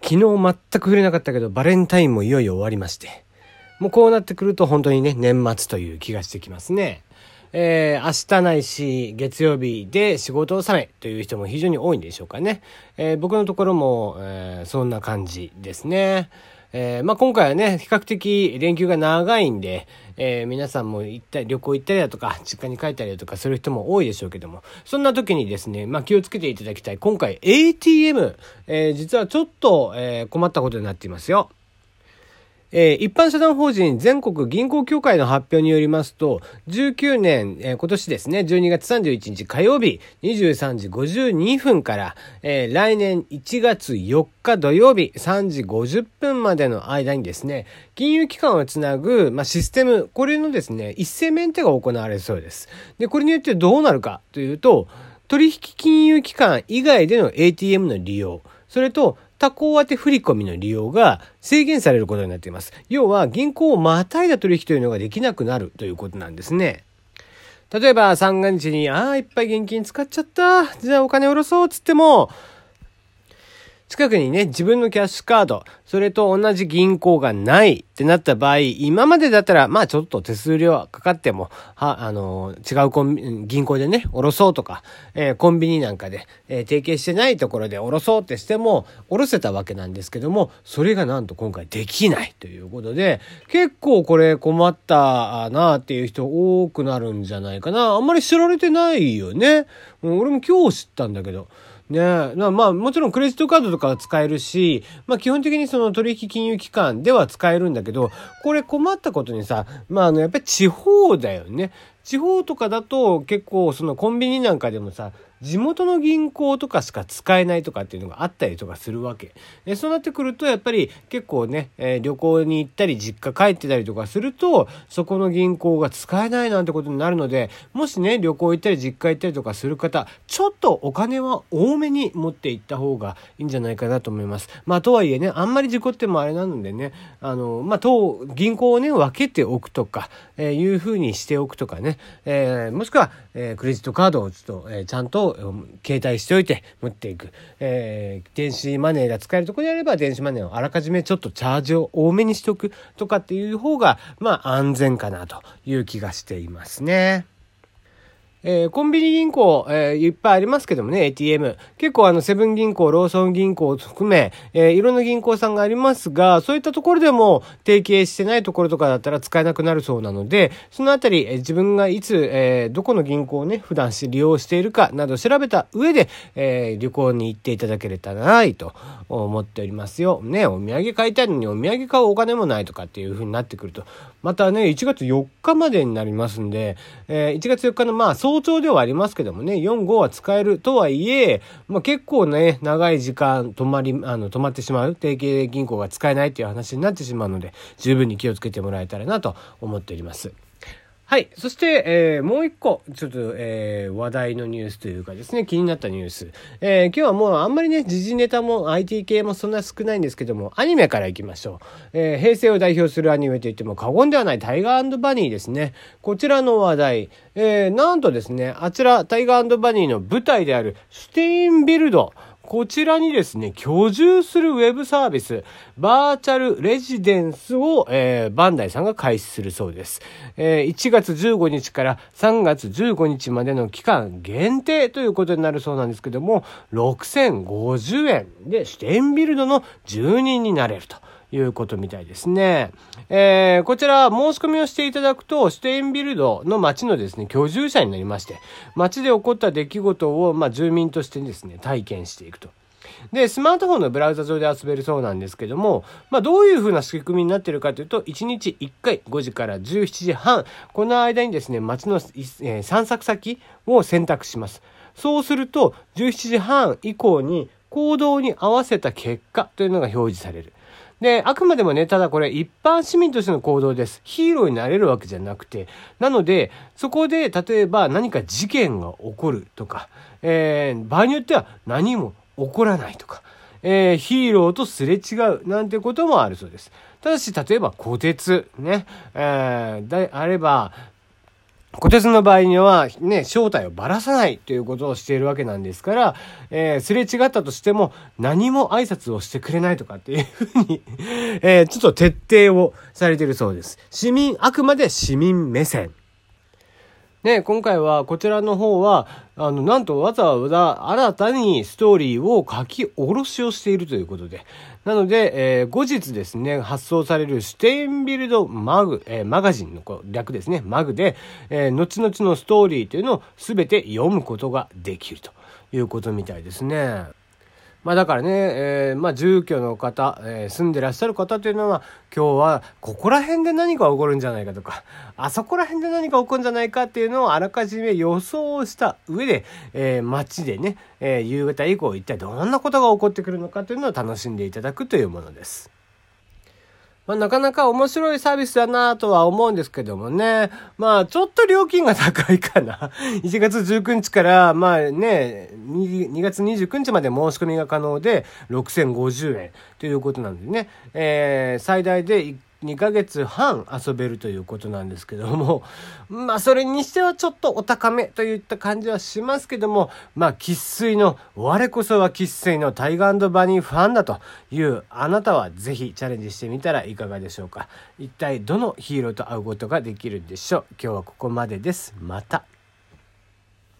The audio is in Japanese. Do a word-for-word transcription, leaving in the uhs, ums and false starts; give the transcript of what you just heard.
昨日全く触れなかったけどバレンタインもいよいよ終わりまして、もうこうなってくると本当にね年末という気がしてきますね。えー、明日ないし月曜日で仕事納めという人も非常に多いんでしょうかね。えー、僕のところも、えー、そんな感じですね。えー、まあ今回はね比較的連休が長いんで、えー、皆さんも行ったり旅行行ったりだとか実家に帰ったりだとかする人も多いでしょうけども、そんな時にですね、まあ気をつけていただきたい今回 エーティーエム、えー、実はちょっと、えー、困ったことになっていますよ。えー、一般社団法人全国銀行協会の発表によりますと、じゅうきゅうねん、えー、今年ですね、じゅうにがつさんじゅういちにち火曜日にじゅうさんじごじゅうにふんから、えー、来年いちがつよっか土曜日さんじごじゅっぷんまでの間にですね、金融機関をつなぐ、まあ、システム、これのですね、一斉メンテが行われるそうです。で、これによってどうなるかというと、取引金融機関以外での エーティーエム の利用、それと他行宛て振込の利用が制限されることになっています。要は銀行をまたいだ取引というのができなくなるということなんですね。例えば三が日にああいっぱい現金使っちゃった、じゃあお金下ろそうっつっても、近くにね自分のキャッシュカードそれと同じ銀行がないってなった場合、今までだったらまあちょっと手数料かかってもはあの違うコンビ銀行でね下ろそうとか、えー、コンビニなんかで、えー、提携してないところで下ろそうってしても下ろせたわけなんですけども、それがなんと今回できないということで、結構これ困ったなっていう人多くなるんじゃないかな。あんまり知られてないよね。うん、俺も今日知ったんだけどねえ、まあもちろんクレジットカードとかは使えるし、まあ基本的にその取引金融機関では使えるんだけど、これ困ったことにさ、まああのやっぱり地方だよね。地方とかだと結構そのコンビニなんかでもさ、地元の銀行とかしか使えないとかっていうのがあったりとかするわけ。えそうなってくるとやっぱり結構ね、えー、旅行に行ったり実家帰ってたりとかすると、そこの銀行が使えないなんてことになるので、もしね旅行行ったり実家行ったりとかする方、ちょっとお金は多めに持って行った方がいいんじゃないかなと思います。まあとはいえね、あんまり事故ってもあれなのでね、あのまあと銀行をね分けておくとか、えー、いう風にしておくとかね、えー、もしくは、えー、クレジットカードをちょっと、えー、ちゃんと携帯しておいて持っていく、えー、電子マネーが使えるところであれば電子マネーをあらかじめちょっとチャージを多めにしておくとかっていう方がまあ安全かなという気がしていますね。えー、コンビニ銀行、えー、いっぱいありますけどもね、エーティーエム。結構あの、セブン銀行、ローソン銀行を含め、えー、いろんな銀行さんがありますが、そういったところでも提携してないところとかだったら使えなくなるそうなので、そのあたり、えー、自分がいつ、えー、どこの銀行をね、普段利用しているかなど調べた上で、えー、旅行に行っていただけれたらないと思っておりますよ。ね、お土産買いたいのにお土産買うお金もないとかっていう風になってくると、またね、いちがつよっかまでになりますんで、えー、いちがつよっかのまあ、早朝ではありますけどもね、よん、ごは使えるとはいえ、まあ、結構ね、長い時間止まり、あの、止まってしまう、提携銀行が使えないっていう話になってしまうので、十分に気をつけてもらえたらなと思っております。はい。そして、えー、もう一個、ちょっと、えー、話題のニュースというかですね、気になったニュース。えー、今日はもうあんまりね、時事ネタも アイティー 系もそんな少ないんですけども、アニメから行きましょう。えー、平成を代表するアニメといっても過言ではないタイガー&バニーですね。こちらの話題。えー、なんとですね、あちら、タイガー&バニーの舞台であるシュテインビルド。こちらにですね、居住するウェブサービス、バーチャルレジデンスを、えー、バンダイさんが開始するそうです。えー、いちがつじゅうごにちからさんがつじゅうごにちまでの期間限定ということになるそうなんですけども、ろくせんごじゅうえんでシュテインビルドの住人になれるということみたいですね。えー、こちら申し込みをしていただくと、シュテインビルドの町のですね、居住者になりまして、町で起こった出来事を、まあ、住民としてですね、体験していくと。で、スマートフォンのブラウザ上で遊べるそうなんですけども、まあ、どういう風な仕組みになっているかというと、いちにちいっかいごじからじゅうしちじはん、この間にですね、町の、えー、散策先を選択します。そうすると、じゅうしちじはん以降に行動に合わせた結果というのが表示される。で、あくまでもね、ただこれ一般市民としての行動です。ヒーローになれるわけじゃなくて。なので、そこで例えば何か事件が起こるとか、えー、場合によっては何も起こらないとか、えー、ヒーローとすれ違うなんてこともあるそうです。ただし、例えば虎鉄ね、えー、であれば、 虎鉄の場合にはね、正体をばらさないということをしているわけなんですから、えー、すれ違ったとしても何も挨拶をしてくれないとかっていうふうに、えー、ちょっと徹底をされているそうです。市民、あくまで市民目線。ね、今回はこちらの方は、あの、なんとわざわざ新たにストーリーを書き下ろしをしているということで。なので、えー、後日ですね、発送されるシュテインビルドマグ、えー、マガジンの略ですね、マグで、えー、後々のストーリーというのを全て読むことができるということみたいですね。まあだからね、えー、まあ住居の方、えー、住んでらっしゃる方というのは、今日はここら辺で何か起こるんじゃないかとか、あそこら辺で何か起こるんじゃないかっていうのをあらかじめ予想した上で、えー、街でね、えー、夕方以降一体どんなことが起こってくるのかというのを楽しんでいただくというものです。まあ、なかなか面白いサービスだなとは思うんですけどもね。まあ、ちょっと料金が高いかな。いちがつじゅうくにちから、まあね、にがつにじゅうくにちまで申し込みが可能で、ろくせんごじゅうえんということなんでね。えー、最大でにかげつはん遊べるということなんですけども、まあそれにしてはちょっとお高めといった感じはしますけども、まあ生粋の、我こそは生粋のタイガー&バニーファンだというあなたはぜひチャレンジしてみたらいかがでしょうか。一体どのヒーローと会うことができるんでしょう。今日はここまでです。また。